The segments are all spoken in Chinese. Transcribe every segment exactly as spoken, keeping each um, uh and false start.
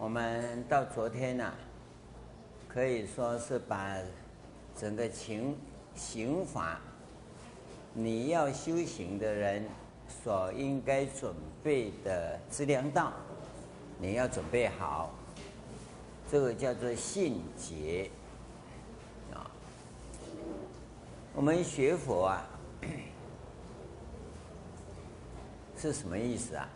我们到昨天啊，可以说是把整个刑刑法，你要修行的人所应该准备的资粮道，你要准备好，这个叫做信解啊。我们学佛啊，是什么意思啊？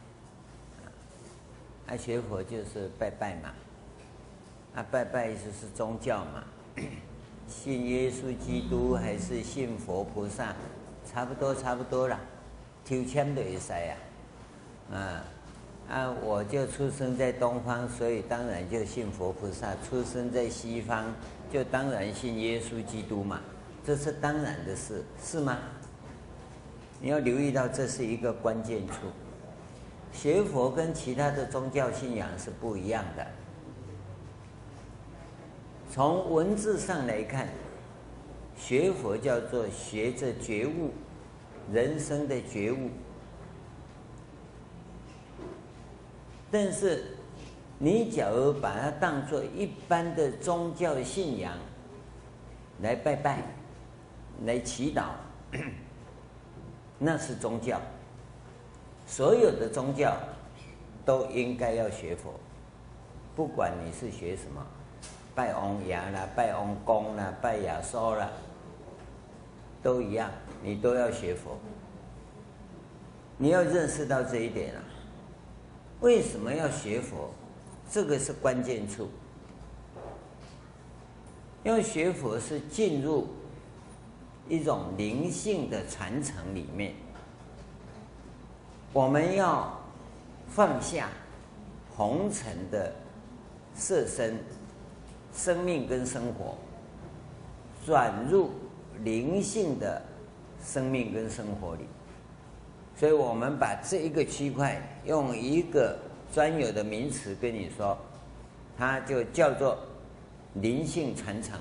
啊，学佛就是拜拜嘛，啊，拜拜意思是宗教嘛，信耶稣基督还是信佛菩萨，差不多差不多啦，抽签都会使啊，啊啊，我就出生在东方，所以当然就信佛菩萨；出生在西方，就当然信耶稣基督嘛，这是当然的事，是吗？你要留意到，这是一个关键处。学佛跟其他的宗教信仰是不一样的。从文字上来看，学佛叫做学着觉悟，人生的觉悟。但是，你假如把它当作一般的宗教信仰来拜拜、来祈祷，那是宗教。所有的宗教都应该要学佛，不管你是学什么，拜王爷啦、拜王公啦、拜亚叔啦，都一样，你都要学佛。你要认识到这一点啊。为什么要学佛？这个是关键处。要学佛是进入一种灵性的传承里面。我们要放下红尘的色身、生命跟生活，转入灵性的生命跟生活里。所以我们把这一个区块用一个专有的名词跟你说，它就叫做灵性传承。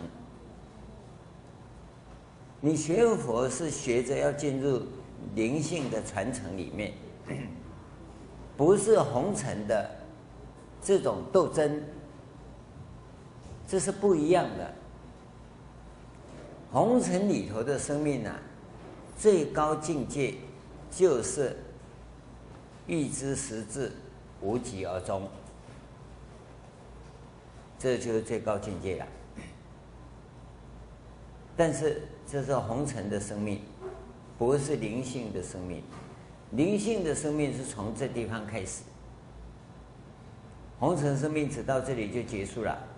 你学佛是学着要进入灵性的传承里面，不是红尘的这种斗争，这是不一样的。红尘里头的生命啊，最高境界就是欲知实质，无疾而终，这就是最高境界了。但是这是红尘的生命，不是灵性的生命。灵性的生命是从这地方开始，红尘生命只到这里就结束了。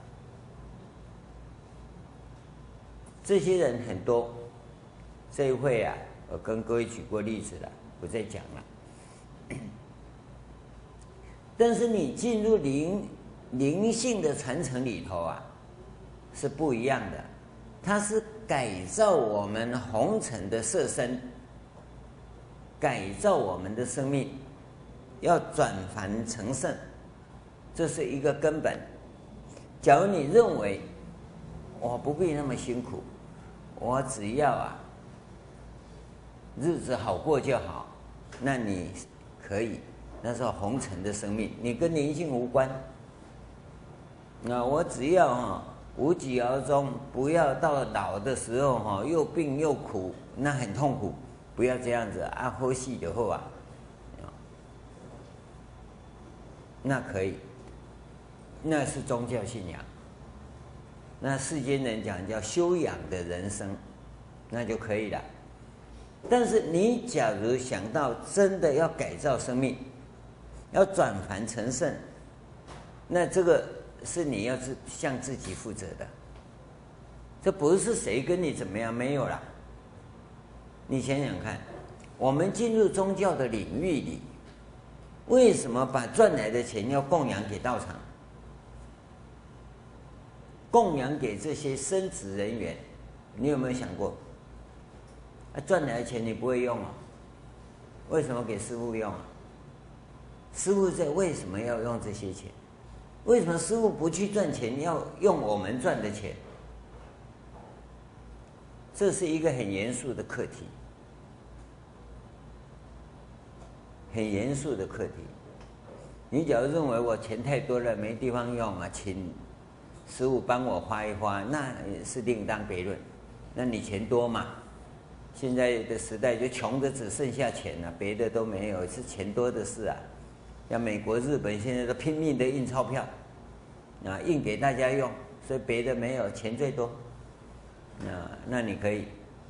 这些人很多，这一会啊，我跟各位举过例子了，不再讲了。但是你进入灵灵性的传承里头啊，是不一样的，它是改造我们红尘的色身，改造我们的生命，要转凡成圣，这是一个根本。假如你认为我不必那么辛苦，我只要啊日子好过就好，那你可以，那是红尘的生命，你跟灵性无关。那我只要哈无疾而终，不要到老的时候哈又病又苦，那很痛苦。不要这样子啊，呼吸就好啊，那可以，那是宗教信仰。那世间人讲叫修养的人生，那就可以了。但是你假如想到真的要改造生命，要转凡成圣，那这个是你要自向自己负责的，这不是谁跟你怎么样，没有啦。你想想看，我们进入宗教的领域里，为什么把赚来的钱要供养给道场，供养给这些僧职人员？你有没有想过，啊，赚来的钱你不会用啊？为什么给师父用啊？师父在为什么要用这些钱？为什么师父不去赚钱，要用我们赚的钱？这是一个很严肃的课题，很严肃的课题。 你假如认为我钱太多了没地方用啊，请师父帮我花一花，那是另当别论。那你钱多嘛？现在的时代就穷的只剩下钱了，别的都没有，是钱多的事啊。像美国、日本现在都拼命的印钞票，啊，印给大家用，所以别的没有，钱最多。那那你可以，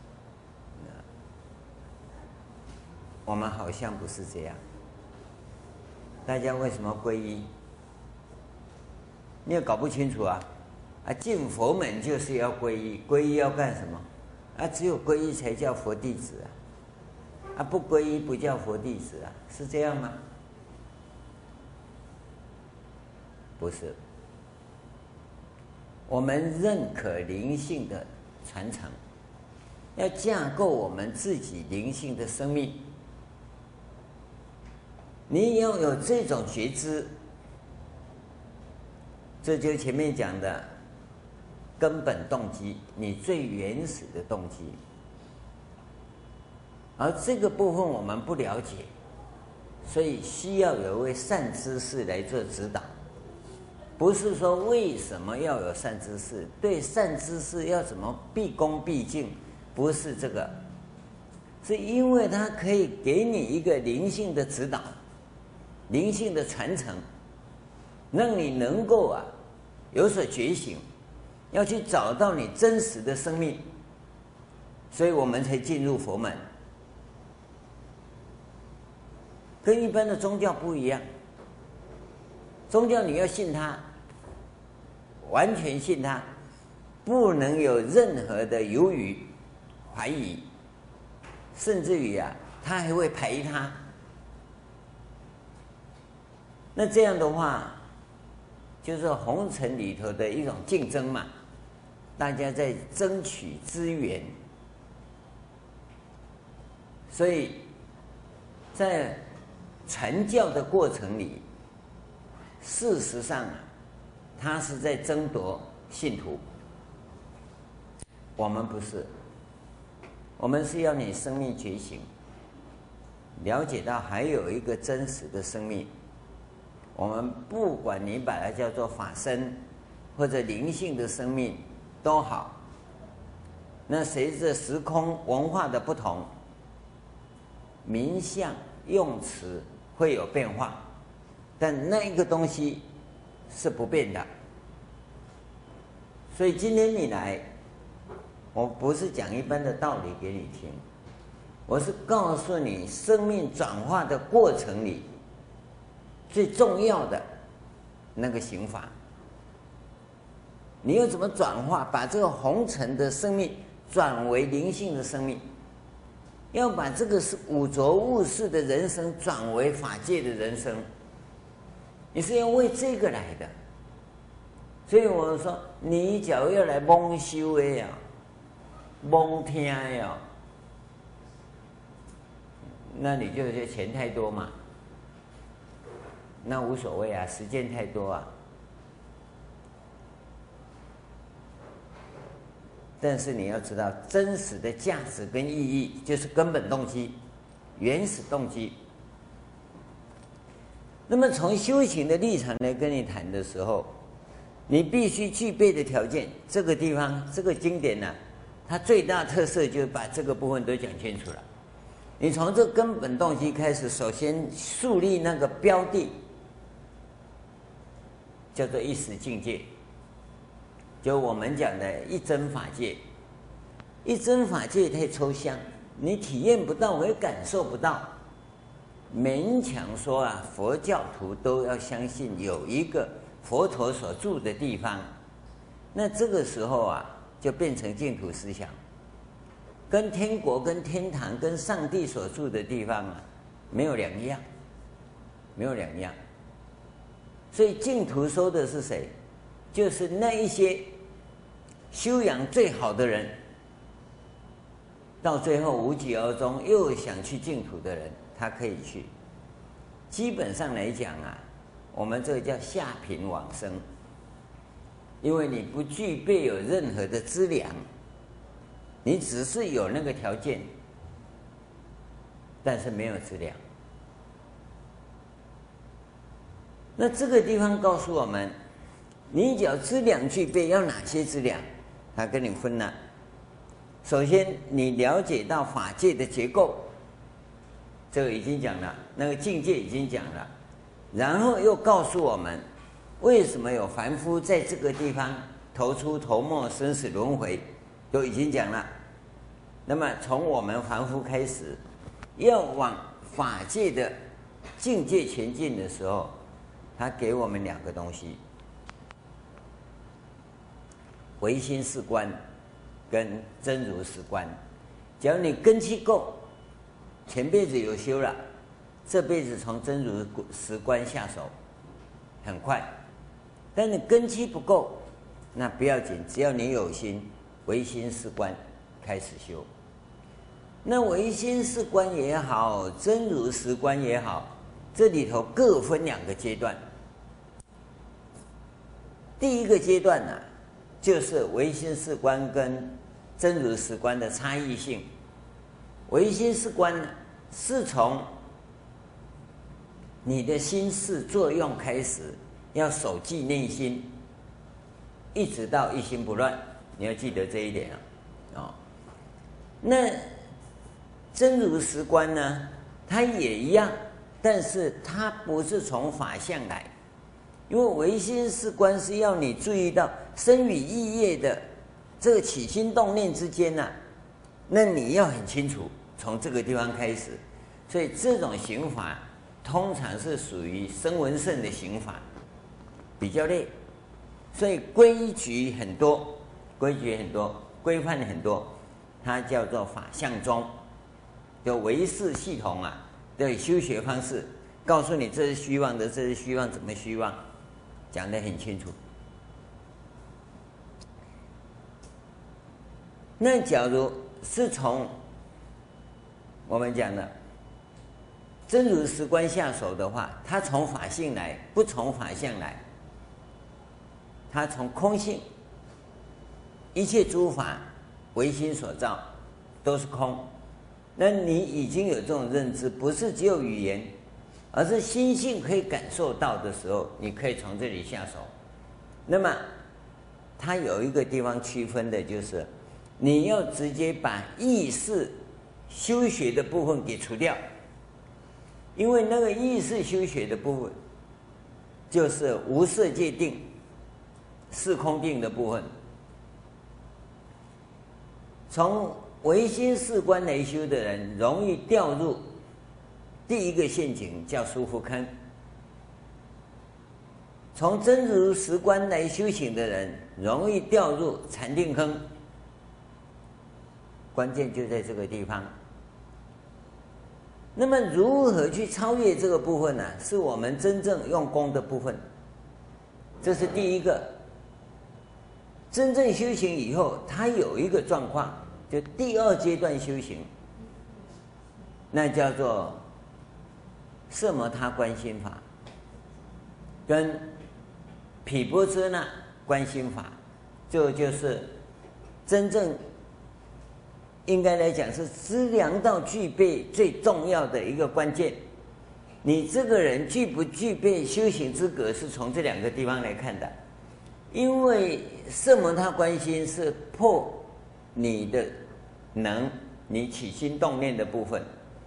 我们好像不是这样。大家为什么皈依？你也搞不清楚啊！啊，进佛门就是要皈依，皈依要干什么？啊，只有皈依才叫佛弟子啊！啊，不皈依不叫佛弟子啊，是这样吗？不是。我们认可灵性的传承，要架构我们自己灵性的生命。你要有这种觉知，这就是前面讲的根本动机，你最原始的动机。而这个部分我们不了解，所以需要有一位善知识来做指导。不是说为什么要有善知识，对善知识要怎么毕恭毕敬，不是这个，是因为它可以给你一个灵性的指导，灵性的传承，让你能够啊有所觉醒，要去找到你真实的生命，所以我们才进入佛门。跟一般的宗教不一样，宗教你要信它，完全信它，不能有任何的犹豫、怀疑，甚至于啊，他还会排他。那这样的话，就是红尘里头的一种竞争嘛，大家在争取资源，所以在传教的过程里，事实上啊，他是在争夺信徒。我们不是，我们是要你生命觉醒，了解到还有一个真实的生命。我们不管你把它叫做法身或者灵性的生命都好，那随着时空文化的不同，名相用词会有变化，但那一个东西是不变的。所以今天你来，我不是讲一般的道理给你听，我是告诉你生命转化的过程里最重要的那个行法。你要怎么转化，把这个红尘的生命转为灵性的生命，要把这个是五浊物世的人生转为法界的人生，你是要为这个来的。所以我说，你假如要来蒙修的呀，蒙听呀，那你就觉得钱太多嘛，那无所谓啊，时间太多啊。但是你要知道，真实的价值跟意义就是根本动机、原始动机。那么从修行的立场来跟你谈的时候，你必须具备的条件，这个地方这个经典呢、啊，它最大特色就是把这个部分都讲清楚了。你从这根本动机开始，首先树立那个标的，叫做一时境界，就我们讲的一真法界。一真法界太抽象，你体验不到，我也感受不到。勉强说啊，佛教徒都要相信有一个佛陀所住的地方，那这个时候啊，就变成净土思想，跟天国、跟天堂、跟上帝所住的地方啊，没有两样，没有两样。所以净土说的是谁？就是那一些修养最好的人，到最后无疾而终，又想去净土的人，他可以去。基本上来讲啊，我们这个叫下品往生，因为你不具备有任何的资粮，你只是有那个条件，但是没有资粮。 那这个地方告诉我们，你只要资粮具备，要哪些资粮？他跟你分了。首先，你了解到法界的结构，这个已经讲了，那个境界已经讲了，然后又告诉我们，为什么有凡夫在这个地方头出头没、生死轮回，都已经讲了。那么从我们凡夫开始，要往法界的境界前进的时候，他给我们两个东西：唯心是观跟真如实观。只要你根基够，前辈子有修了，这辈子从真如实观下手很快。但你根基不够，那不要紧，只要你有心，唯心是观开始修。那唯心是观也好，真如实观也好，这里头各分两个阶段。第一个阶段呢、啊，就是唯心是观跟真如实观的差异性。唯心是观呢，是从你的心事作用开始，要守记内心，一直到一心不乱。你要记得这一点啊，哦，那真如实观呢，它也一样，但是它不是从法相来，因为唯心是观是要你注意到身语意业的这个起心动念之间呢、啊，那你要很清楚，从这个地方开始。所以这种刑法通常是属于声闻乘的刑法，比较累，所以规矩很多，规矩很多，规范很多，它叫做法相宗。有唯识系统啊的修学方式，告诉你这是虚妄的，这是虚妄，怎么虚妄，讲得很清楚。那假如是从我们讲的真如实观下手的话，它从法性来，不从法相来，它从空性，一切诸法唯心所造，都是空。那你已经有这种认知，不是只有语言，而是心性可以感受到的时候，你可以从这里下手。那么它有一个地方区分的，就是你要直接把意识修学的部分给除掉，因为那个意识修学的部分就是无色界定、是空定的部分。从唯心是观来修的人，容易掉入第一个陷阱，叫舒服坑。从真如实观来修行的人，容易掉入禅定坑。关键就在这个地方。那么如何去超越这个部分呢、啊？是我们真正用功的部分，这是第一个。真正修行以后，它有一个状况，就第二阶段修行，那叫做色摩他观心法跟毗波遮那观心法，这就是真正应该来讲是资粮道具备最重要的一个关键。你这个人具不具备修行资格，是从这两个地方来看的。因为色摩他观心是破你的能，你起心动念的部分；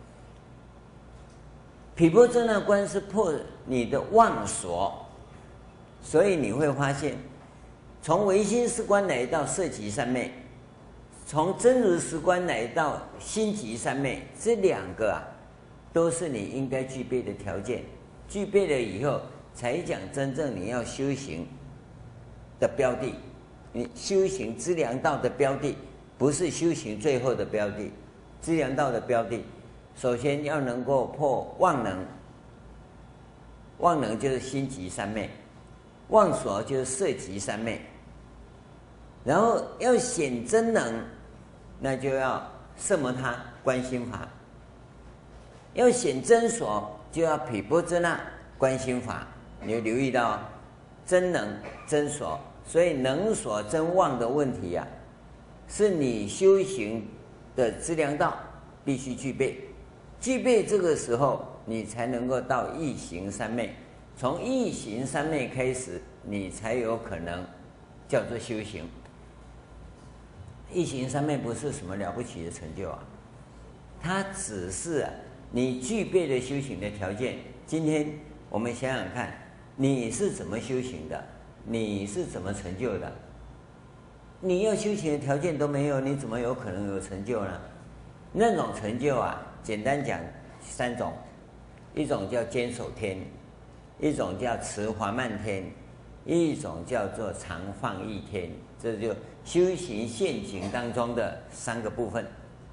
毗波遮那观是破你的妄所。所以你会发现，从唯心是观来到色即三昧，从真如实观来到心即三昧，这两个啊，都是你应该具备的条件。具备了以后，才讲真正你要修行的标的。你修行资粮道的标的，不是修行最后的标的。资粮道的标的，首先要能够破妄能，妄能就是心即三昧，妄所就是色即三昧。然后要显真能，那就要色摩他观心法；要显真所，就要毗波遮那观心法。你要留意到真能真所，所以能所真妄的问题啊，是你修行的资粮道必须具备。具备这个时候，你才能够到一行三昧。 从一行三昧开始，你才有可能叫做修行。一行三昧不是什么了不起的成就啊，它只是啊你具备了修行的条件。今天我们想想看，你是怎么修行的？你是怎么成就的？你要修行的条件都没有，你怎么有可能有成就呢？那种成就啊，简单讲三种，一种叫坚守天，一种叫持华曼天，一种叫做常放逸天。这就修行陷阱当中的三个部分。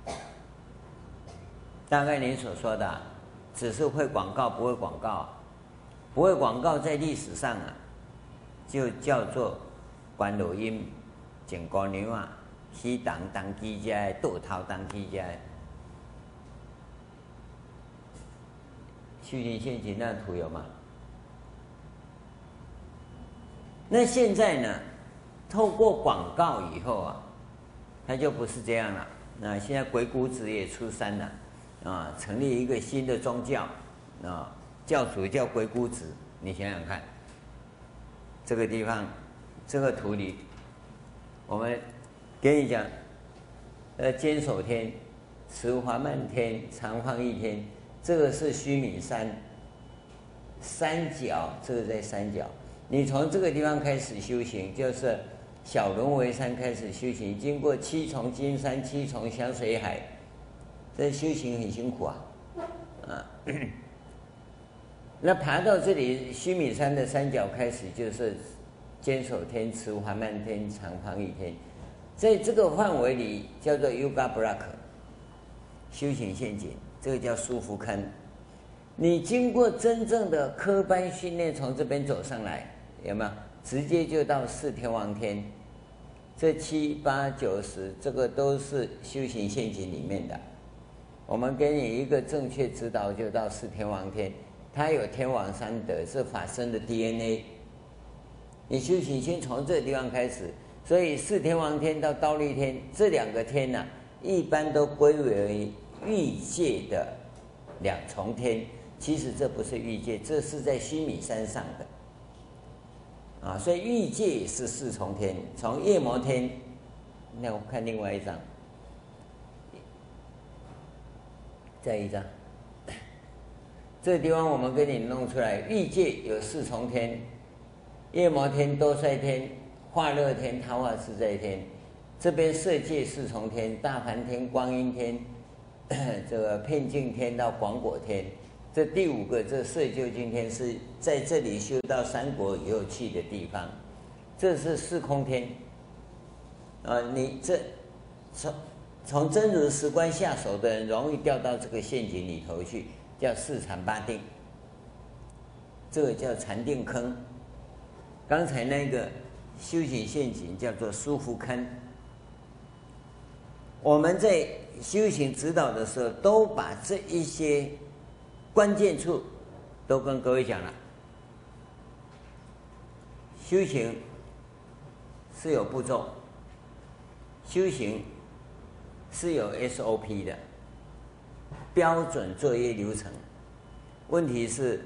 大概您所说的、啊、只是会广告不会广告，不会广告在历史上啊就叫做关录音、剪姑娘啊、起档当机家、倒头当机家。修行陷阱那图有吗？那现在呢，透过广告以后啊，它就不是这样了。那现在鬼谷子也出山了啊，成立一个新的宗教啊，教主叫鬼谷子。你想想看，这个地方，这个图里，我们给你讲，呃，坚守天、持华曼天、常放逸天。这个是须弥山山脚，这个在山脚。你从这个地方开始修行，就是小轮回山开始修行，经过七重金山、七重香水海，这修行很辛苦啊，啊。那爬到这里须弥山的山脚开始，就是坚守天、持华曼天、常放逸天，在这个范围里叫做 Yoga Block 修行陷阱。这个叫舒服坑。你经过真正的科班训练，从这边走上来，有没有？直接就到四天王天。这七八九十，这个都是修行陷阱里面的。我们给你一个正确指导，就到四天王天。它有天王三德，是法身的 D N A。你修行先从这个地方开始，所以四天王天到忉利天这两个天呢、啊，一般都归为欲界的两重天。其实这不是欲界，这是在须弥山上的啊，所以欲界也是四重天。从夜摩天，那我看另外一张，再一张，这个地方我们给你弄出来，欲界有四重天：夜摩天、多帅天、化乐天、桃花自在天。这边色界四重天：大梵天、光阴天。这个遍净天到广果天，这第五个这色究竟天是在这里修到三国以后去的地方，这是四空天。啊，你这从从真如实观下手的人，容易掉到这个陷阱里头去，叫四禅八定，这个叫禅定坑。刚才那个修行陷阱叫做舒服坑。我们在修行指导的时候，都把这一些关键处都跟各位讲了。修行是有步骤，修行是有 S O P 的标准作业流程。问题是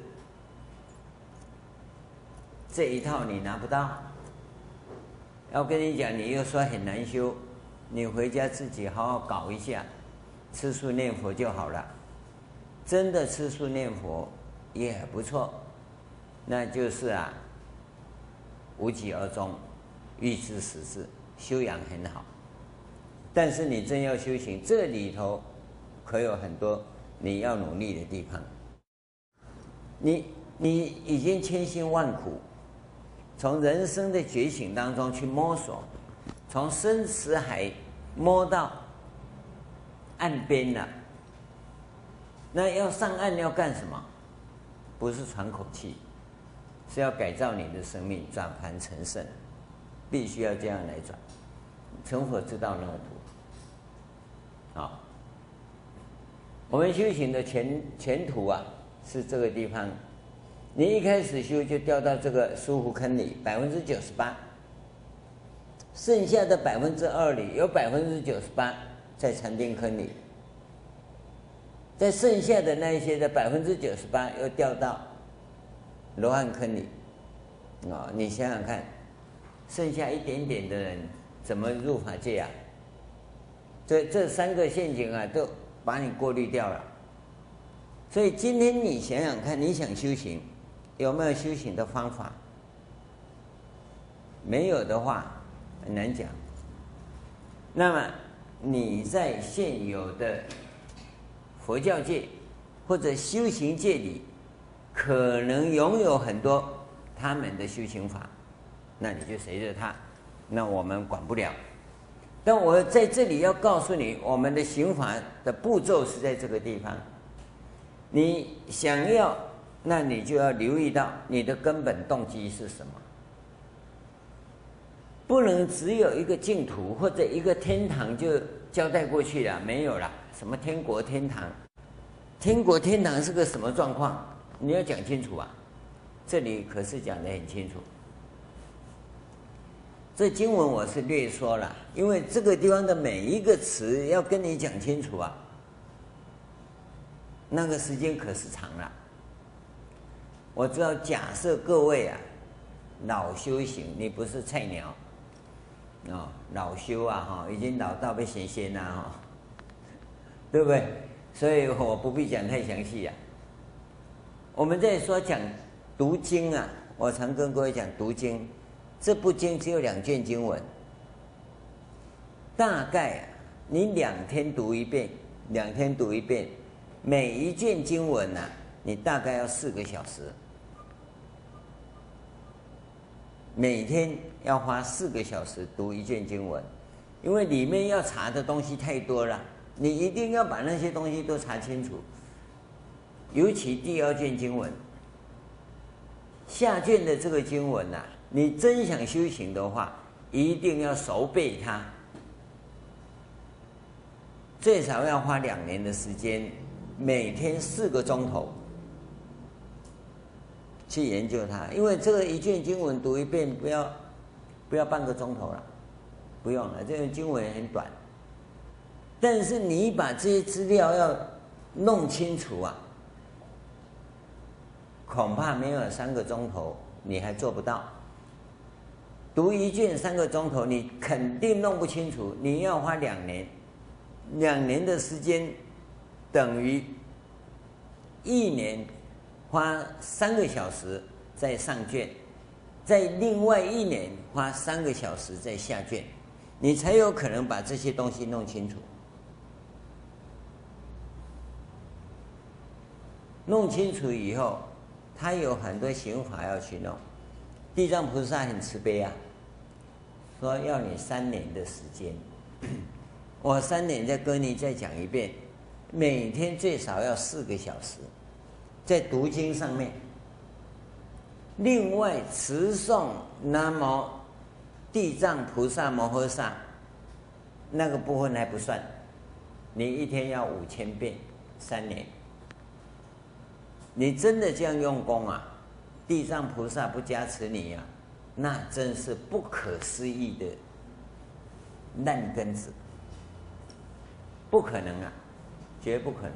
这一套你拿不到，要跟你讲，你又说很难修。你回家自己好好搞一下，吃素念佛就好了。真的吃素念佛也不错，那就是啊，无疾而终，欲知时至，修养很好。但是你真要修行，这里头可有很多你要努力的地方。你你已经千辛万苦，从人生的觉醒当中去摸索。从生死海摸到岸边了，那要上岸要干什么？不是喘口气，是要改造你的生命，转凡成圣，必须要这样来转。成佛知道那个图，好，我们修行的前前途啊，是这个地方。你一开始修就掉到这个舒服坑里，百分之九十八。剩下的百分之二里，有百分之九十八在禅定坑里，在剩下的那一些的百分之九十八又掉到罗汉坑里，啊、哦，你想想看，剩下一点点的人怎么入法界啊？这这三个陷阱啊，都把你过滤掉了。所以今天你想想看，你想修行，有没有修行的方法？没有的话，很难讲。那么你在现有的佛教界或者修行界里，可能拥有很多他们的修行法，那你就随着他，那我们管不了。但我在这里要告诉你，我们的行法的步骤是在这个地方。你想要，那你就要留意到你的根本动机是什么。不能只有一个净土或者一个天堂就交代过去了，没有了。什么天国天堂，天国天堂是个什么状况？你要讲清楚啊！这里可是讲得很清楚。这经文我是略说了，因为这个地方的每一个词要跟你讲清楚啊，那个时间可是长了。我知道，假设各位啊老修行，你不是菜鸟哦，老修啊哈，已经老到被神仙啦哈，对不对？所以我不必讲太详细啊。我们在说讲读经啊，我常跟各位讲读经。这部经只有两卷经文，大概啊，你两天读一遍，两天读一遍，每一卷经文啊，你大概要四个小时，每天要花四个小时读一卷经文，因为里面要查的东西太多了，你一定要把那些东西都查清楚。尤其第二卷经文，下卷的这个经文啊，你真想修行的话，一定要熟背它，最少要花两年的时间，每天四个钟头去研究它。因为这个一卷经文读一遍，不要不要半个钟头了，不用了，这个经文很短。但是你把这些资料要弄清楚啊，恐怕没有三个钟头你还做不到。读一卷三个钟头，你肯定弄不清楚。你要花两年，两年的时间等于一年花三个小时在上卷，在另外一年花三个小时在下卷，你才有可能把这些东西弄清楚。弄清楚以后，他有很多刑法要去弄。地藏菩萨很慈悲啊，说要你三年的时间，我三年再跟你再讲一遍，每天最少要四个小时，在读经上面。另外持诵南无地藏菩萨摩诃萨那个部分还不算，你一天要五千遍，三年。你真的这样用功啊？地藏菩萨不加持你啊，那真是不可思议的烂根子，不可能啊，绝不可能。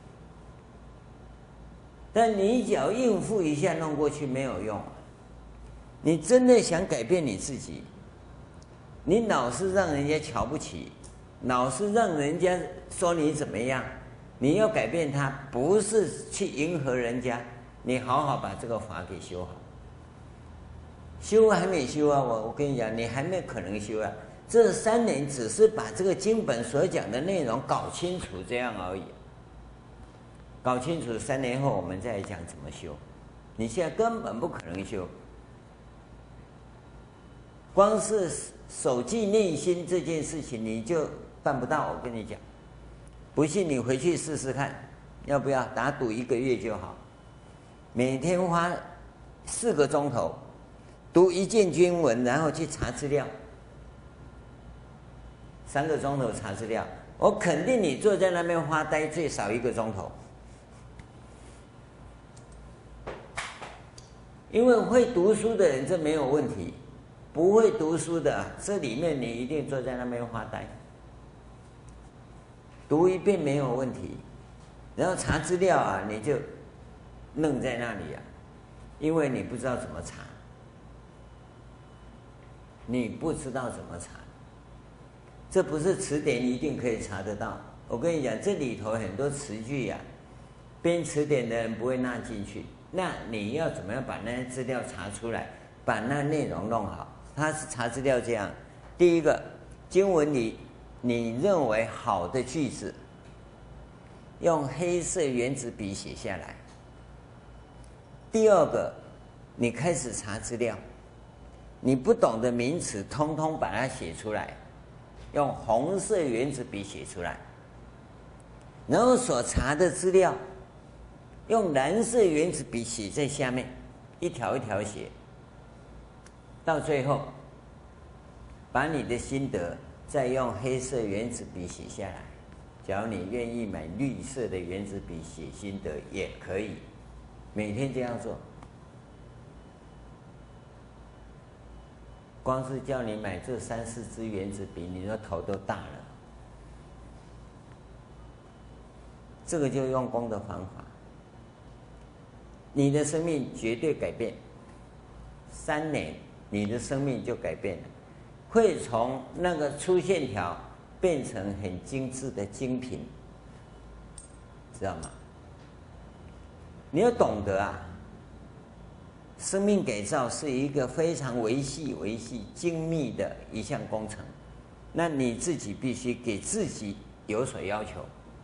但你只要应付一下弄过去没有用，你真的想改变你自己，你老是让人家瞧不起，老是让人家说你怎么样，你要改变他，不是去迎合人家，你好好把这个法给修好。修还没修啊，我我跟你讲，你还没可能修啊。这三年只是把这个经本所讲的内容搞清楚，这样而已。搞清楚，三年后我们再来讲怎么修。你现在根本不可能修，光是守记念心这件事情你就办不到。我跟你讲，不信你回去试试看，要不要打赌一个月就好？每天花四个钟头读一卷经文，然后去查资料，三个钟头查资料，我肯定你坐在那边发呆最少一个钟头。因为会读书的人这没有问题，不会读书的这里面你一定坐在那边发呆。读一遍没有问题，然后查资料啊，你就愣在那里啊， 因为你不知道怎么查，你不知道怎么查，这不是词典一定可以查得到。我跟你讲，这里头很多词句呀、啊，编词典的人不会纳进去。那你要怎么样把那些资料查出来，把那内容弄好？他是查资料这样：第一个，经文里你认为好的句子，用黑色原子笔写下来。第二个，你开始查资料，你不懂的名词，通通把它写出来，用红色原子笔写出来。然后所查的资料，用蓝色原子笔写在下面，一条一条写。到最后，把你的心得再用黑色原子笔写下来。假如你愿意买绿色的原子笔写心得也可以，每天这样做。光是叫你买这三四支原子笔，你的头都大了。这个就用功的方法，你的生命绝对改变。三年，你的生命就改变了，会从那个粗线条变成很精致的精品，知道吗？你要懂得啊，生命改造是一个非常维系、维系、精密的一项工程。那你自己必须给自己有所要求。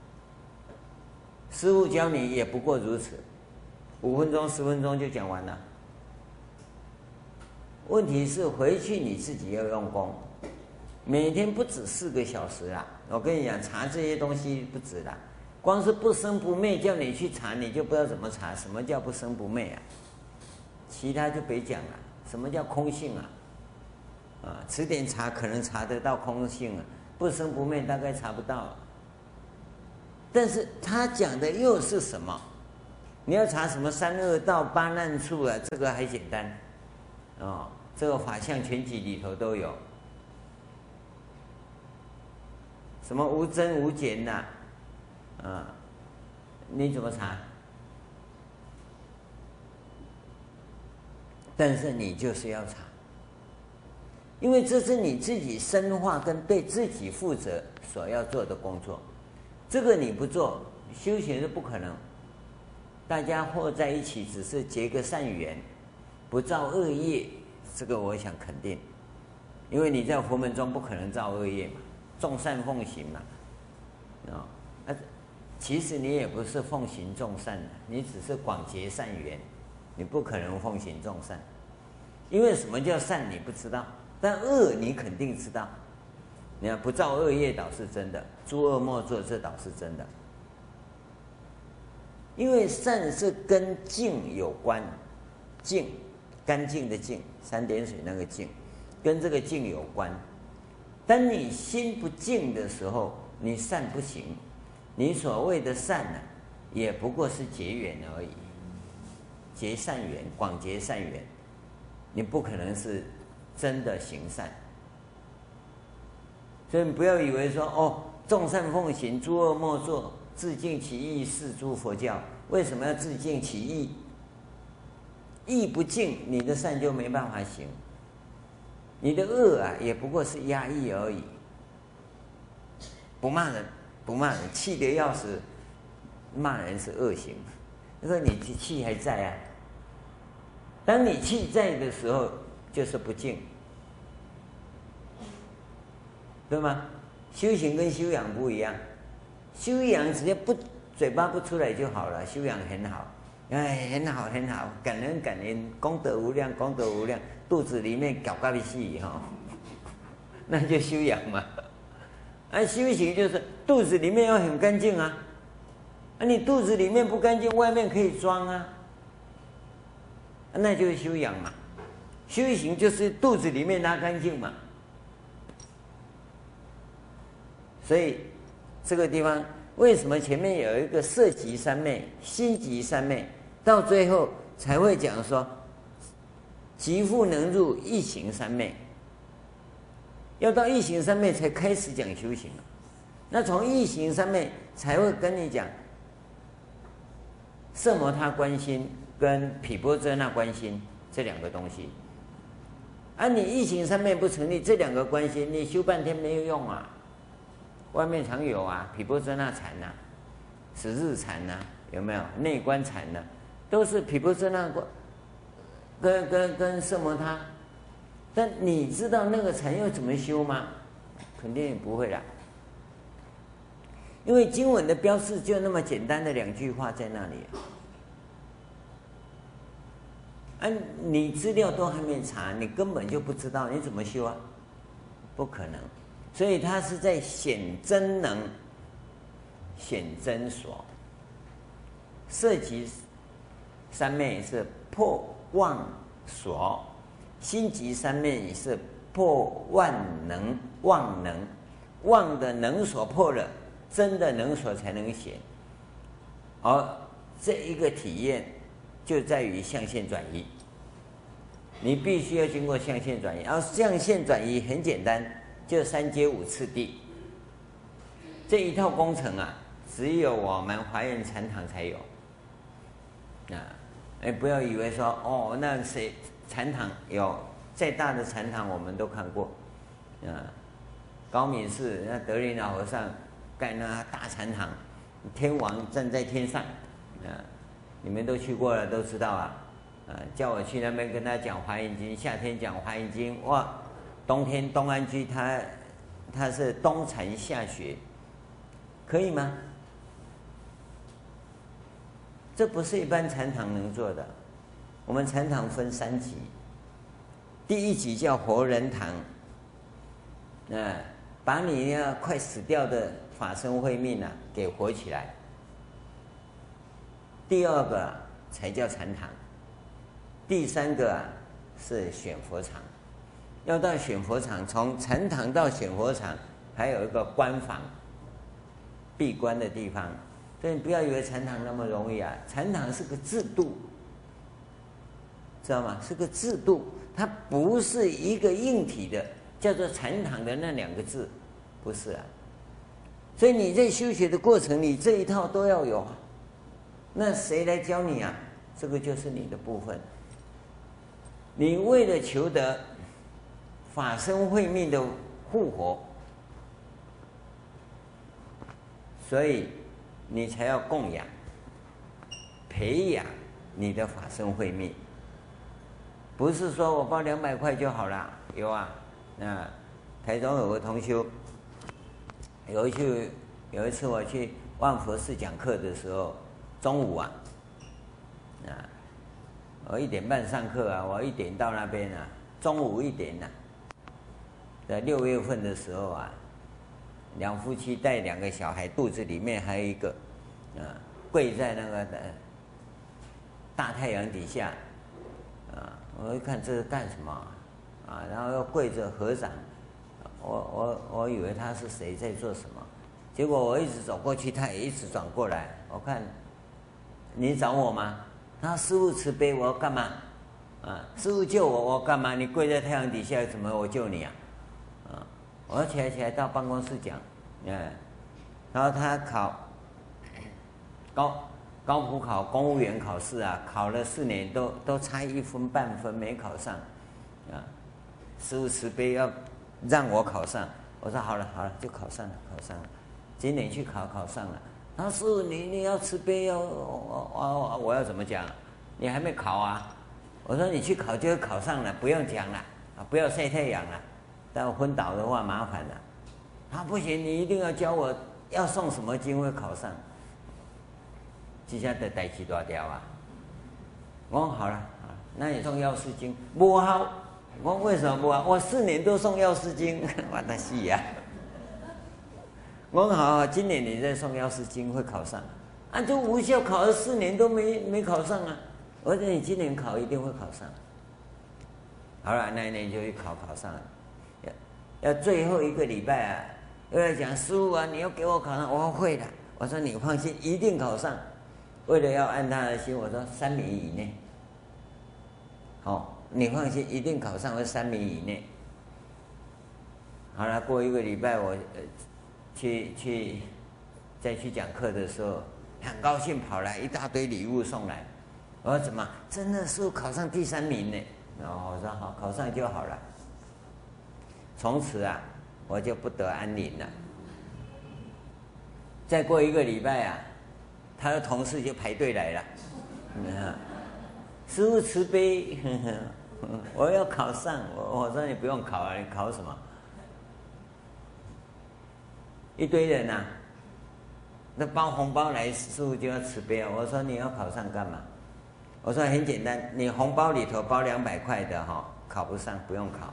师父教你也不过如此，五分钟、十分钟就讲完了。问题是回去你自己要用功，每天不止四个小时啦。我跟你讲，查这些东西不止啦，光是不生不灭叫你去查，你就不知道怎么查。什么叫不生不灭啊？其他就别讲了。什么叫空性啊？啊，词典查可能查得到空性啊，不生不灭大概查不到。但是他讲的又是什么？你要查什么三恶道、八难处啊，这个还简单，哦，这个法相全集里头都有。什么无增无减呐、啊？啊，你怎么查？但是你就是要查，因为这是你自己深化跟对自己负责所要做的工作。这个你不做，修行是不可能。大家和在一起，只是结个善缘，不造恶业，这个我想肯定，因为你在佛门中不可能造恶业嘛，众善奉行嘛，啊、哦，其实你也不是奉行众善的，你只是广结善缘，你不可能奉行众善，因为什么叫善你不知道，但恶你肯定知道。你看，不造恶业倒是真的，诸恶莫作，这倒是真的。因为善是跟净有关，净，干净的净，三点水那个净，跟这个净有关。当你心不净的时候，你善不行。你所谓的善呢、啊，也不过是结缘而已，结善缘，广结善缘，你不可能是真的行善。所以你不要以为说哦，众善奉行，诸恶莫作，自净其意，是诸佛教。为什么要自净其意？意不净，你的善就没办法行。你的恶啊，也不过是压抑而已。不骂人，不骂人，气得要死，骂人是恶行。那个你气还在啊？当你气在的时候，就是不净。对吗？修行跟修养不一样，修养直接不嘴巴不出来就好了，修养很好，哎，很好很好，感恩感恩，功德无量功德无量，肚子里面搞个屁哈，那就修养嘛。啊，修行就是肚子里面要很干净啊，啊，你肚子里面不干净，外面可以装啊，那就是修养嘛。修行就是肚子里面拉干净嘛。所以这个地方为什么前面有一个色即三昧、心即三昧，到最后才会讲说极复能入一行三昧，要到一行三昧才开始讲修行。那从一行三昧才会跟你讲色摩他观心、 跟毗波遮那观心这两个东西。啊，你一行三昧不成立，这两个观心你修半天没有用啊。外面常有啊，毗波遮那禅呐、啊，十日禅呐、啊，有没有内观禅呢、啊？都是毗波遮那观跟跟跟色摩他。但你知道那个禅要怎么修吗？肯定也不会啦。因为经文的标示就那么简单的两句话在那里。啊，你资料都还没查，你根本就不知道，你怎么修啊？不可能。所以它是在显真能、显真所。色即三昧是破妄所，心即三昧是破万能妄能，妄的能所破了，真的能所才能显。而这一个体验就在于象限转移，你必须要经过象限转移。而象限转移很简单，就三阶五次第这一套工程啊，只有我们华严禅堂才有。啊，哎，不要以为说哦，那谁禅堂有再大的禅堂我们都看过，啊，高敏寺那德林老和尚盖那大禅堂，天王站在天上，啊，你们都去过了都知道啊，啊，叫我去那边跟他讲华严经，夏天讲华严经，哇，冬天东安居他他是冬禅夏雪，可以吗？这不是一般禅堂能做的。我们禅堂分三级，第一级叫活人堂，啊，把你要快死掉的法身慧命啊给活起来。第二个、啊、才叫禅堂，第三个啊是选佛场。要到选佛场，从禅堂到选佛场，还有一个关房，闭关的地方。所以你不要以为禅堂那么容易啊！禅堂是个制度，知道吗？是个制度，它不是一个硬体的，叫做禅堂的那两个字，不是啊。所以你在修学的过程，你这一套都要有啊。那谁来教你啊？这个就是你的部分。你为了求得法身慧命的护活，所以你才要供养、培养你的法身慧命，不是说我包两百块就好了。有啊，那台中有个同修，有一次有一次我去万佛寺讲课的时候，中午啊，啊，我一点半上课啊，我一点到那边啊，中午一点呐、啊，在六月份的时候啊。两夫妻带两个小孩，肚子里面还有一个，啊，跪在那个大太阳底下，啊，我一看这是干什么啊？然后又跪着合掌，我我我以为他是谁在做什么，结果我一直走过去，他也一直转过来，我看你找我吗？他说师父慈悲，我要干嘛？啊，师父救我，我干嘛？你跪在太阳底下，怎么我救你啊？我起来起来到办公室讲，嗯，然后他考高高普考公务员考试啊，考了四年都都差一分半分没考上，啊，师父慈悲要让我考上，我说好了好了就考上了考上了，今年去考考上了，他说师父你你要慈悲要我我我要怎么讲？你还没考啊？我说你去考就会考上了，不用讲了啊，不要晒太阳了。但我昏倒的话麻烦了，他不行，你一定要教我要诵什么经会考上。这下的代志大条啊！我说好了好了，那你诵药师经不好。我说为什么不好？我四年都诵药师经，我的死呀！我说好好，今年你再诵药师经会考上。啊，就无效考了四年都没没考上啊！我说你今年考一定会考上。好了，那一年就去考考上了。要最后一个礼拜啊，又要讲师父啊，你要给我考上，我说会的。我说你放心，一定考上。为了要按他的心，我说三米以内。好、哦，你放心，一定考上，会三米以内。好了，过一个礼拜我呃去去再去讲课的时候，很高兴跑来一大堆礼物送来， 我说怎么真的是考上第三名呢？然后我说好，考上就好了。从此啊，我就不得安宁了。再过一个礼拜啊，他的同事就排队来了，嗯，师父慈悲，呵呵，我要考上。我我说你不用考啊，你考什么？一堆人啊，那包红包来，师父就要慈悲啊。我说你要考上干嘛？我说很简单，你红包里头包两百块的哈，考不上不用考。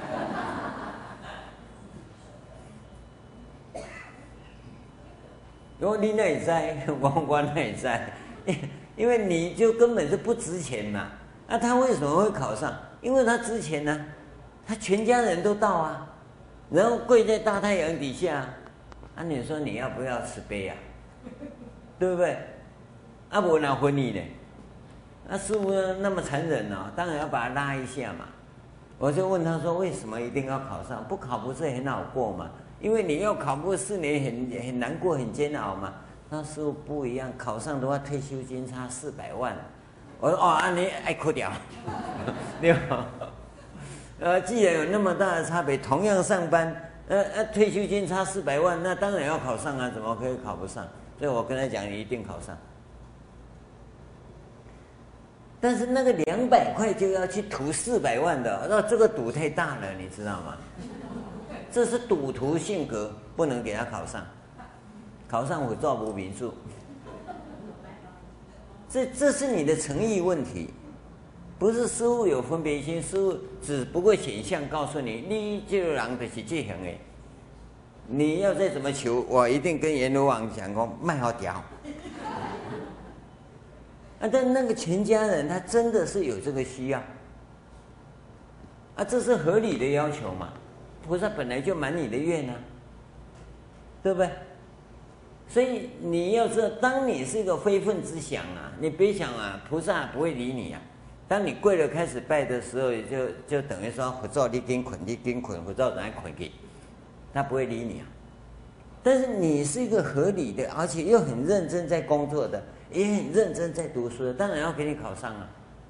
如果你那也在，我我那也在，因为你就根本是不值钱嘛。那、啊、他为什么会考上？因为他值钱呢、啊，他全家人都到啊，然后跪在大太阳底下，啊，你说你要不要慈悲啊？对不对？啊，我哪分你呢？那师父那么残忍哦，当然要把他拉一下嘛。我就问他说，为什么一定要考上？不考不是很好过吗？因为你要考过四年很很难过很煎熬嘛。那师父不一样，考上的话退休金差四百万。我说哦，啊你爱哭掉，对吧？呃，既然有那么大的差别，同样上班，呃呃退休金差四百万，那当然要考上啊，怎么可以考不上？所以我跟他讲，你一定考上。但是那个两百块就要去图四百万的，那这个赌太大了，你知道吗？这是赌徒性格，不能给他考上。考上我照不民宿，这这是你的诚意问题，不是师父有分别心，师父只不过显象告诉你，你这个人就是这样的。你要再怎么求，我一定跟阎罗王讲说卖好屌。啊，但那个全家人他真的是有这个需要，啊，这是合理的要求嘛？菩萨本来就满你的愿啊，对不对？所以你要知道，当你是一个非分之想啊，你别想啊，菩萨不会理你啊。当你跪了开始拜的时候，就就等于说佛祖你紧捆，你紧捆，佛祖怎样捆去，他不会理你啊。但是你是一个合理的，而且又很认真在工作的，也很认真在读书的，当然要给你考上啊。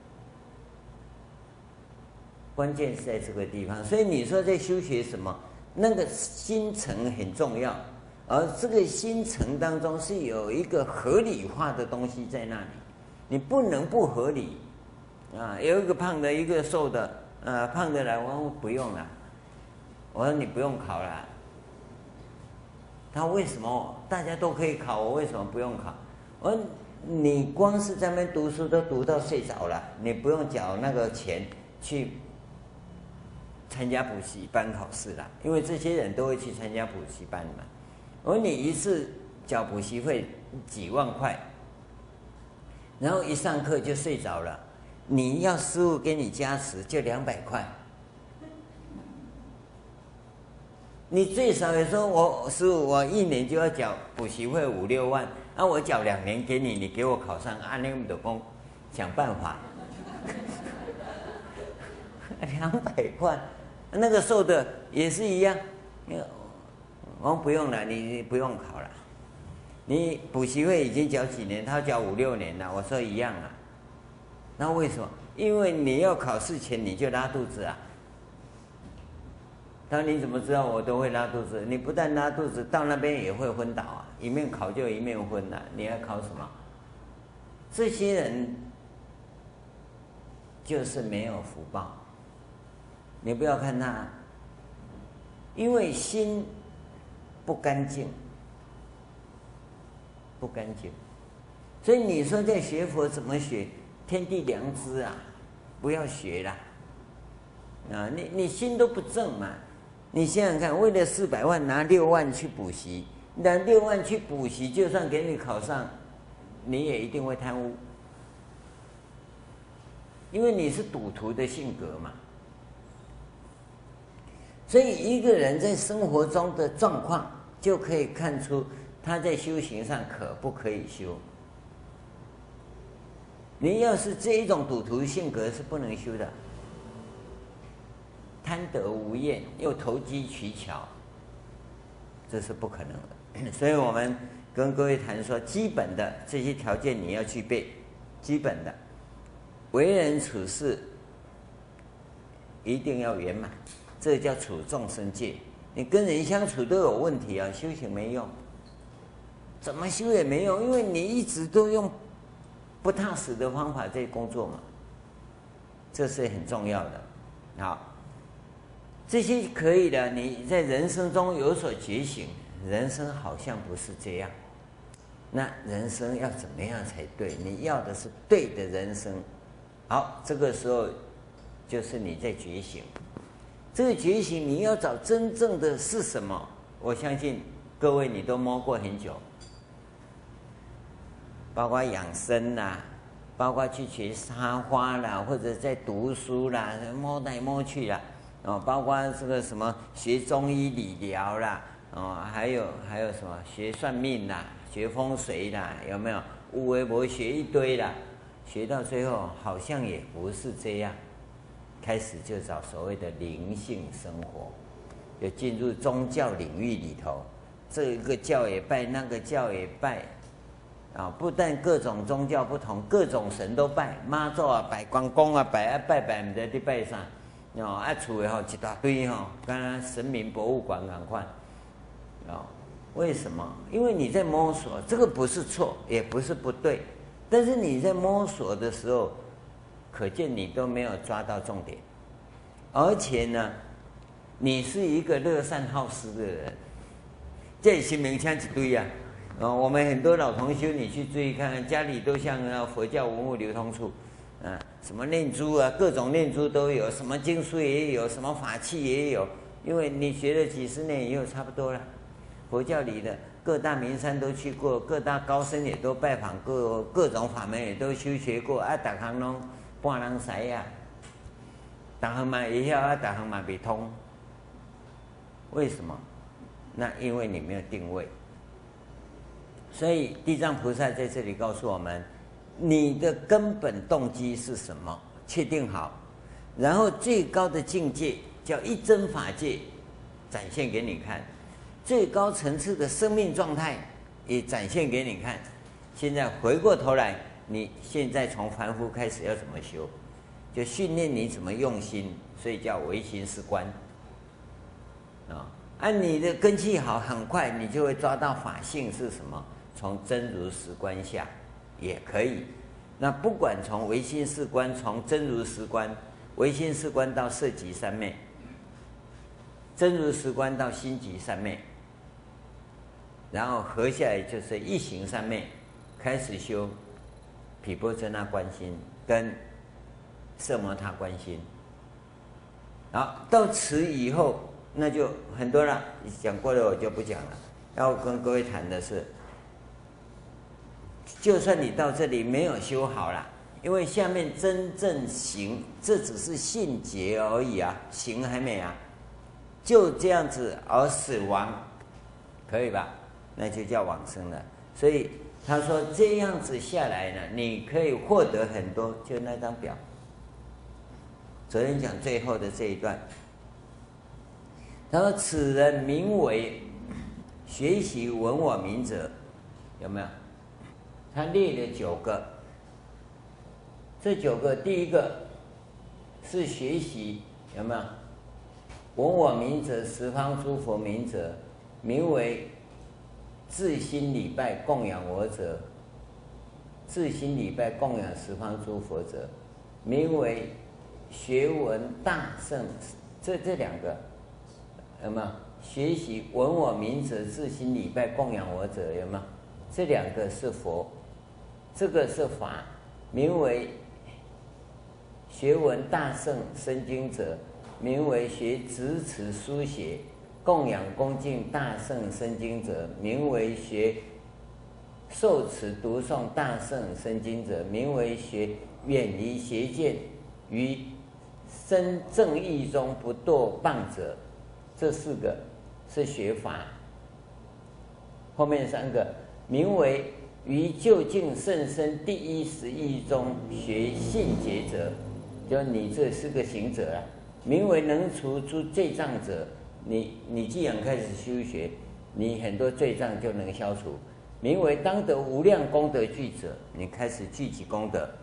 关键是在这个地方，所以你说在修学什么，那个心诚很重要，而这个心诚当中是有一个合理化的东西在那里，你不能不合理啊。有一个胖的，一个瘦的，呃，胖的来，我说不用了，我说你不用考了。他为什么大家都可以考，我为什么不用考？我说你光是在那边读书都读到睡着了，你不用缴那个钱去参加补习班考试啦，因为这些人都会去参加补习班嘛。我说你一次缴补习费几万块，然后一上课就睡着了，你要师父给你加持就两百块。你最少也说我师父我一年就要缴补习费五六万，啊我缴两年给你，你给我考上，啊你们就讲想办法，两百块，那个瘦的也是一样，我说不用了，你你不用考了，你补习费已经缴几年，他缴五六年了，我说一样啊，那为什么？因为你要考试前你就拉肚子啊。他说你怎么知道我都会拉肚子？你不但拉肚子，到那边也会昏倒啊！一面考就一面昏了、啊，你还考什么？这些人就是没有福报。你不要看他，因为心不干净，不干净，所以你说在学佛怎么学？天地良知啊，不要学啦！啊，你你心都不正嘛！你想想看，为了四百万拿六万去补习，拿六万去补习，就算给你考上，你也一定会贪污，因为你是赌徒的性格嘛。所以一个人在生活中的状况，就可以看出他在修行上可不可以修。你要是这一种赌徒性格是不能修的。贪得无厌，又投机取巧，这是不可能的。所以我们跟各位谈说，基本的这些条件你要具备，基本的。 为人处事一定要圆满，这叫处众生戒。你跟人相处都有问题啊，修行没用，怎么修也没用，因为你一直都用不踏实的方法在工作嘛，这是很重要的。好，这些可以的，你在人生中有所觉醒，人生好像不是这样。那人生要怎么样才对？你要的是对的人生。好，这个时候就是你在觉醒。这个觉醒你要找真正的是什么？我相信各位你都摸过很久，包括养生啦，包括去学插花啦，或者在读书啦，摸来摸去啦，哦，包括这个什么学中医理疗啦，哦，还有还有什么学算命啦，学风水啦，有没有？无为博学一堆啦，学到最后好像也不是这样。开始就找所谓的灵性生活，就进入宗教领域里头，这个教也拜，那个教也拜，啊，不但各种宗教不同，各种神都拜，妈祖啊拜，关公啊拜，啊拜拜唔知你拜啥，哦，啊厝的吼一大堆吼，刚刚神明博物馆赶快，哦，为什么？因为你在摸索，这个不是错，也不是不对，但是你在摸索的时候。可见你都没有抓到重点，而且呢，你是一个乐善好施的人，这新名腔一堆啊！哦，我们很多老同修，你去注意看看，家里都像佛教文物流通处，啊，什么念珠啊，各种念珠都有，什么经书也有，什么法器也有，因为你学了几十年以后差不多了。佛教里的各大名山都去过，各大高僧也都拜访过，各种法门也都修学过，啊，大行拢。半人识啊，大行嘛会晓啊，大行嘛未通。为什么？那因为你没有定位。所以地藏菩萨在这里告诉我们，你的根本动机是什么？确定好，然后最高的境界叫一真法界，展现给你看；最高层次的生命状态也展现给你看。现在回过头来。你现在从凡夫开始要怎么修？就训练你怎么用心，所以叫唯心是观啊。按你的根气好，很快你就会抓到法性是什么。从真如实观下也可以。那不管从唯心是观，从真如实观，唯心是观到色即三昧，真如实观到心即三昧，然后合下来就是一行三昧，开始修。毗波遮那观心跟色摩他观心，好，到此以后，那就很多了，讲过了我就不讲了。要跟各位谈的是，就算你到这里没有修好了，因为下面真正行，这只是信解而已啊，行还没啊，就这样子而死亡，可以吧？那就叫往生了。所以。他说：“这样子下来呢，你可以获得很多。就那张表，昨天讲最后的这一段。他说：‘此人名为学习闻我名者，有没有？他列了九个。这九个，第一个是学习，有没有？闻我名者，十方诸佛名者，名为。’自心礼拜供养我者，自心礼拜供养十方诸佛者，名为学闻大圣。这这两个有没有？学习闻我名者，自心礼拜供养我者，有没有？这两个是佛，这个是法，名为学闻大圣生经者，名为学执持书写。供养恭敬大圣生经者，名为学受持读诵大圣生经者，名为学远离邪见于生正义中不堕谤者。这四个是学法。后面三个名为于究竟甚深第一实义中学信解者，就你这是个行者啊。名为能除诸罪障者。你你既然开始修学，你很多罪障就能消除。名为当得无量功德具者，你开始聚集功德。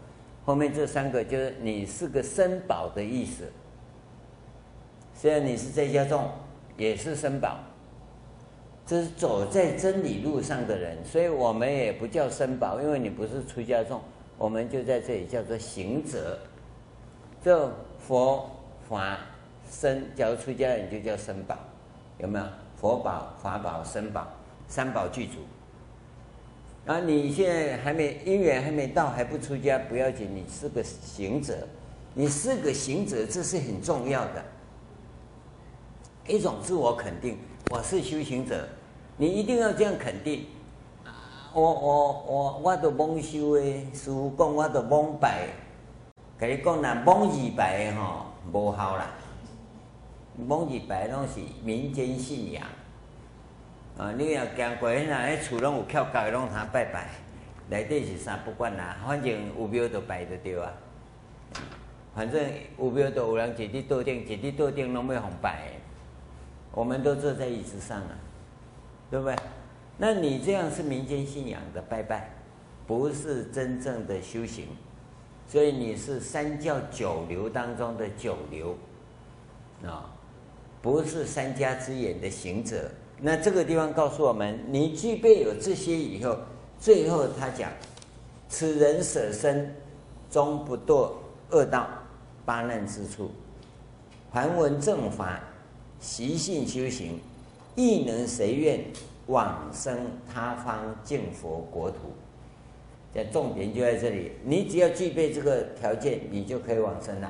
后面这三个就是你是个身宝的意思。虽然你是在家众，也是身宝，这是走在真理路上的人，所以我们也不叫身宝，因为你不是出家众，我们就在这里叫做行者。这佛法身，假如出家人就叫身宝，有没有？佛宝、法宝、身宝，三宝具足。然后你现在还没因缘还没到，还不出家不要紧，你是个行者，你是个行者，这是很重要的一种自我肯定。我是修行者，你一定要这样肯定。我我我我都懵修的，师父讲我都懵拜，跟你讲啦，懵二拜的吼无效啦，懵二拜拢是民间信仰。啊！你若行过迄那，迄厝拢有翘角，拢通拜拜，内底是啥不管啦，反正有庙就拜就对啊。反正有庙就有人坐伫桌顶，坐伫桌顶拢要互拜的，我们都坐在椅子上啊，对不对？那你这样是民间信仰的拜拜，不是真正的修行，所以你是三教九流当中的九流啊，不是三家之言的行者。那这个地方告诉我们，你具备有这些以后，最后他讲，此人舍身，终不堕恶道，八难之处，还闻正法，习性修行，亦能随愿往生他方净佛国土。这重点就在这里，你只要具备这个条件，你就可以往生了。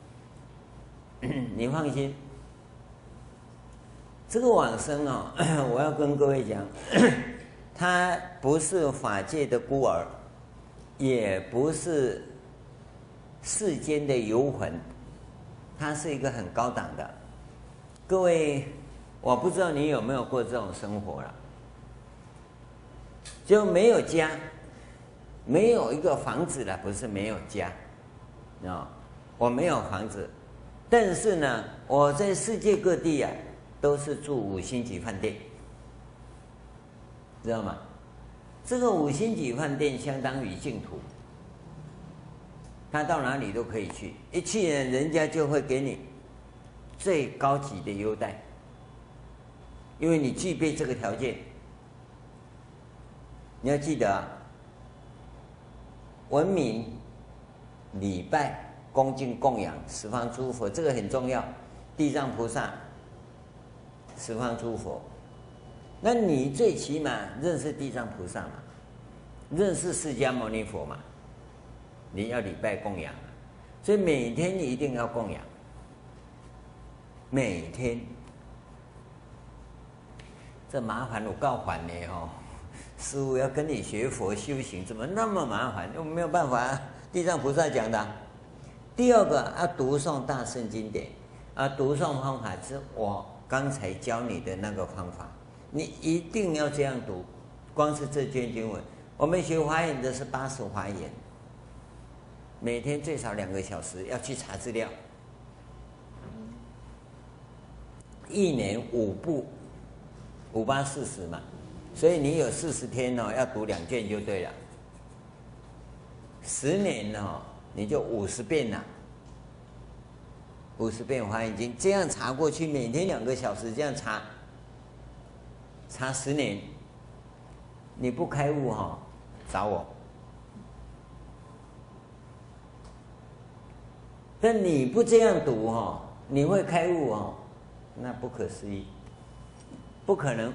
你放心。这个往生哦，我要跟各位讲，他不是法界的孤儿，也不是世间的游魂，他是一个很高档的。各位，我不知道你有没有过这种生活了，就没有家，没有一个房子了，不是没有家啊，我没有房子，但是呢，我在世界各地啊。都是住五星级饭店，知道吗？这个五星级饭店相当于净土，他到哪里都可以去，一去呢，人家就会给你最高级的优待，因为你具备这个条件。你要记得啊，文明、礼拜、恭敬供养十方诸佛，这个很重要。地藏菩萨。十方诸佛，那你最起码认识地藏菩萨嘛，认识释迦牟尼佛嘛，你要礼拜供养，所以每天你一定要供养，每天，这麻烦有够烦的哦，师父要跟你学佛修行，怎么那么麻烦？又没有办法啊，地藏菩萨讲的啊。第二个要读诵大圣经典啊，读诵方法是我刚才教你的那个方法，你一定要这样读。光是这卷经文，我们学华严的是八十华严，每天最少两个小时要去查资料，一年五部，五八四十嘛，所以你有四十天哦，要读两卷就对了。十年哦，你就五十遍了。五十遍华严经，这样查过去，每天两个小时这样查，查十年，你不开悟哈、哦，找我。但你不这样读哈、哦，你会开悟哦，那不可思议，不可能。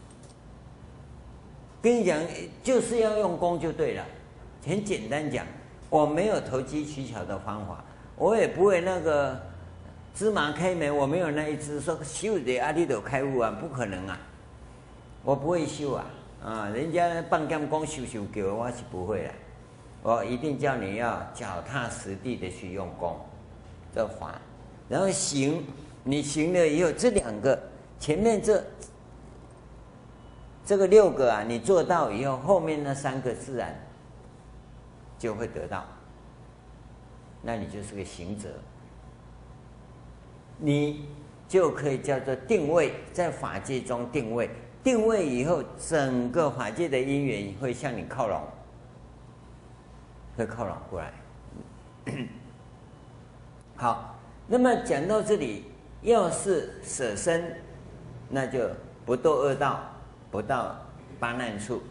跟你讲，就是要用功就对了，很简单讲，我没有投机取巧的方法，我也不会那个。芝麻开门，我没有那一只说修的阿里都开悟啊，不可能啊！我不会修啊，啊，人家半干功修修给我是不会的，我一定叫你要脚踏实地的去用功，这法，然后行，你行了以后，这两个前面这这个六个啊，你做到以后，后面那三个自然就会得到，那你就是个行者。你就可以叫做定位，在法界中定位，定位以后，整个法界的因缘会向你靠拢，会靠拢过来。 好，那么讲到这里，要是舍身，那就不堕恶道，不到八难处，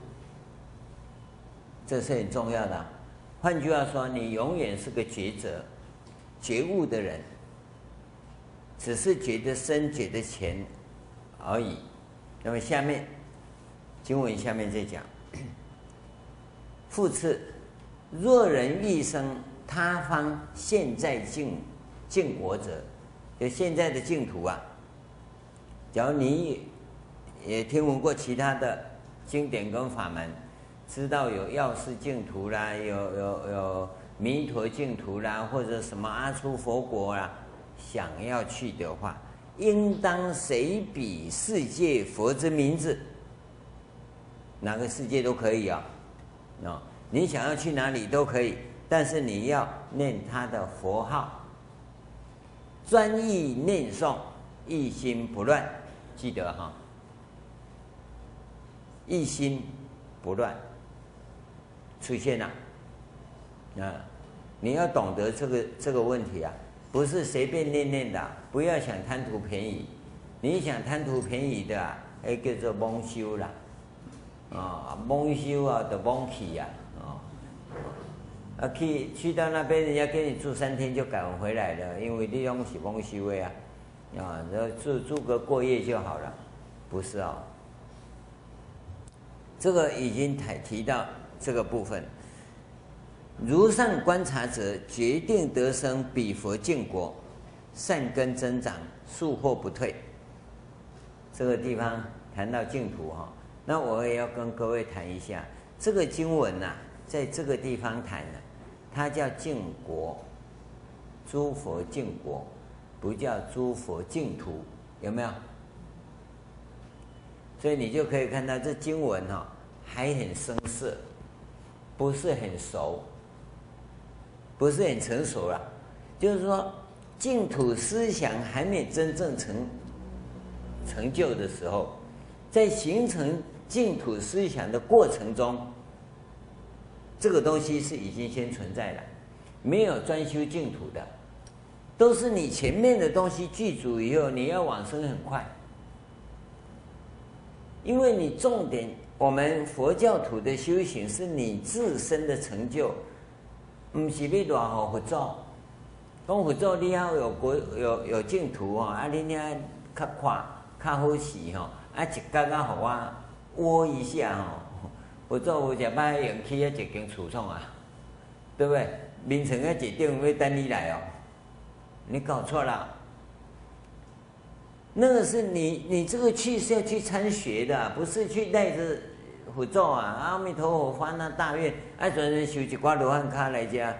这是很重要的啊。换句话说，你永远是个觉者、觉悟的人，只是觉得深、觉得浅而已。那么下面经文下面再讲，复次，若人欲生他方现在净净国者，就现在的净土啊。假如你也听闻过其他的经典跟法门，知道有药师净土啦，有有有弥陀净土啦，或者什么阿出佛国啦，想要去的话，应当随彼世界佛之名字，哪个世界都可以啊，哦，你想要去哪里都可以，但是你要念他的佛号，专意念诵，一心不乱，记得哈，一心不乱。出现了，啊，你要懂得这个这个问题啊，不是随便念念的，不要想贪图便宜。你想贪图便宜的啊，那叫做蒙修啦，啊，蒙修啊，就蒙去呀，啊，啊去去到那边，人家给你住三天就赶回来了，因为你用是蒙修的啊，啊，然后住住个过夜就好了，不是啊，这个已经提提到。这个部分，如上观察者，决定得生彼佛净国，善根增长，速或不退。这个地方谈到净土哈，那我也要跟各位谈一下这个经文呐、啊，在这个地方谈呢、啊，它叫净国，诸佛净国，不叫诸佛净土，有没有？所以你就可以看到这经文哈、哦，还很生涩。不是很熟，不是很成熟了，就是说净土思想还没真正成成就的时候，在形成净土思想的过程中，这个东西是已经先存在了，没有专修净土的，都是你前面的东西具足以后，你要往生很快，因为你重点。我们佛教徒的修行是你自身的成就，不是要赖乎佛祖。讲佛祖你要有国有有净土哦，啊你遐较快较好势吼，啊一角啊，互我窝一下吼，佛祖有食歹用起啊一间厝创啊，对不对？眠床啊一顶要等你来哦，你搞错了。那个是你你这个去是要去参学的，不是去带着。佛祖啊，阿弥陀佛发那大愿，爱专人修一挂罗汉卡来家。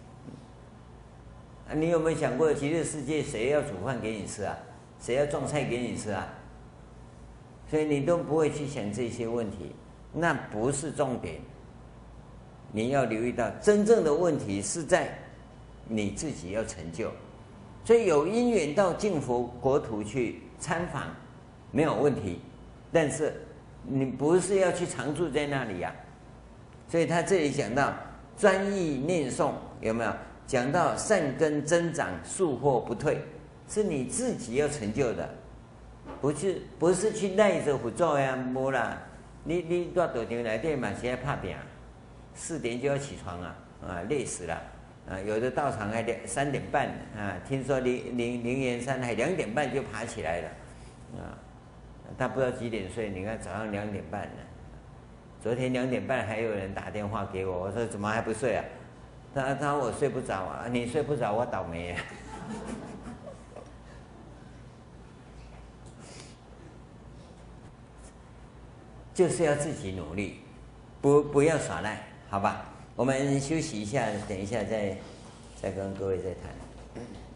啊，你有没有想过，极乐世界谁要煮饭给你吃啊？谁要种菜给你吃啊？所以你都不会去想这些问题，那不是重点。你要留意到，真正的问题是在你自己要成就。所以有因缘到净佛国土去参访，没有问题，但是。你不是要去常住在那里呀、啊，所以他这里讲到专意念诵，有没有讲到善根增长，速或不退，是你自己要成就的，不是不是去赖着佛祖呀，无啦，你你到道场内底嘛是要拍拼，四点就要起床啊，啊累死了啊，有的道场还两三点半啊，听说灵灵灵岩山还两点半就爬起来了啊。他不知道几点睡，你看早上两点半呢。昨天两点半还有人打电话给我，我说怎么还不睡啊？他他说我睡不着啊，你睡不着我倒霉啊。就是要自己努力，不不要耍赖，好吧？我们休息一下，等一下再再跟各位再谈。